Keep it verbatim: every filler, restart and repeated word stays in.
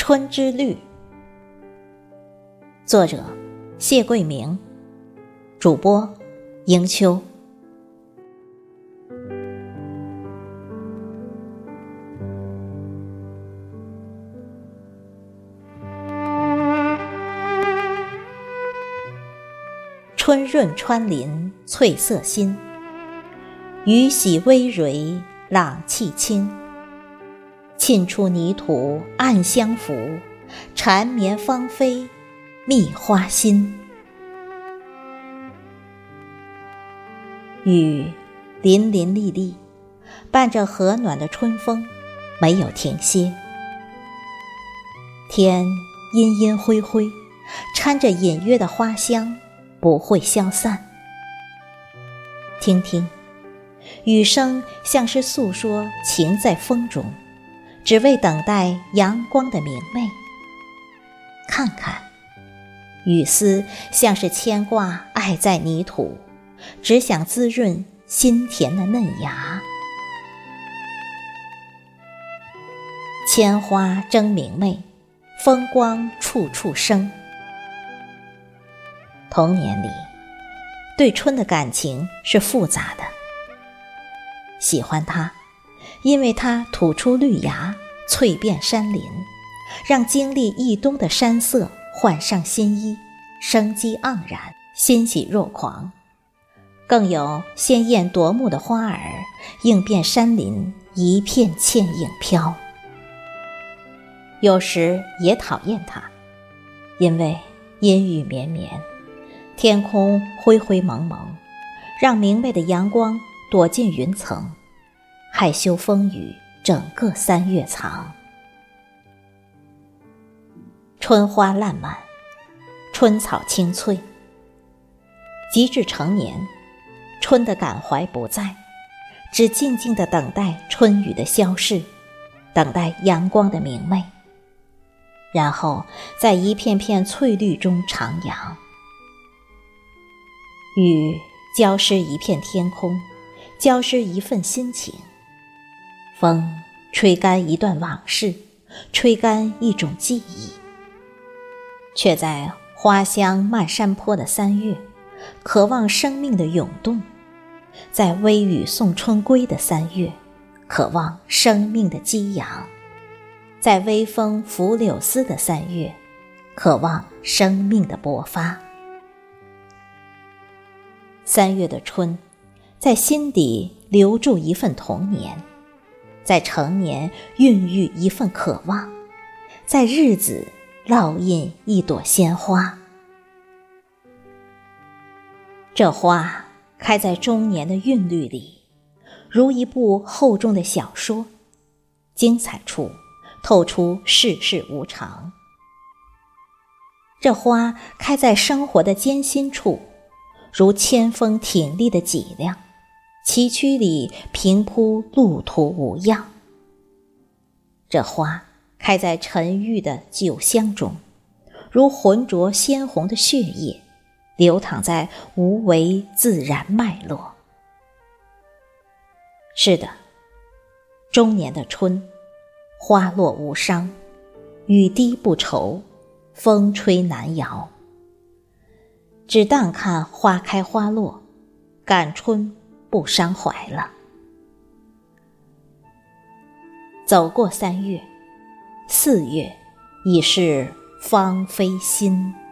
春之绿，作者谢桂明，主播迎秋。春润穿林翠色新，雨洗微蕤朗气清。沁出泥土暗香拂，缠绵芳菲蜜花心。雨淋淋沥沥，伴着和暖的春风，没有停歇。天阴阴灰灰，掺着隐约的花香，不会消散。听听，雨声像是诉说情在风中，只为等待阳光的明媚。看看，雨丝像是牵挂爱在泥土，只想滋润心田的嫩芽。千花争明媚，风光处处生。童年里，对春的感情是复杂的。喜欢它，因为它吐出绿芽，淬遍山林，让经历一冬的山色换上新衣，生机盎然，欣喜若狂。更有鲜艳夺目的花儿，映遍山林，一片倩影飘。有时也讨厌它，因为阴雨绵绵，天空灰灰蒙蒙，让明媚的阳光躲进云层，害羞风雨整个三月藏。春花烂漫，春草青翠。及至成年，春的感怀不在，只静静地等待春雨的消逝，等待阳光的明媚，然后在一片片翠绿中徜徉。雨浇湿一片天空，浇湿一份心情。风吹干一段往事，吹干一种记忆。却在花香漫山坡的三月，渴望生命的涌动；在微雨送春归的三月，渴望生命的激扬；在微风拂柳丝的三月，渴望生命的勃发。三月的春，在心底留住一份童年，在成年孕育一份渴望，在日子烙印一朵鲜花。这花开在中年的韵律里，如一部厚重的小说，精彩处透出世事无常。这花开在生活的艰辛处，如千峰挺立的脊梁，崎岖里平铺路途无恙。这花开在沉郁的酒香中，如浑浊鲜红的血液，流淌在无为自然脉络。是的，中年的春，花落无伤，雨滴不愁，风吹难摇。只淡看花开花落，感春不伤怀了。走过三月，四月已是芳菲新。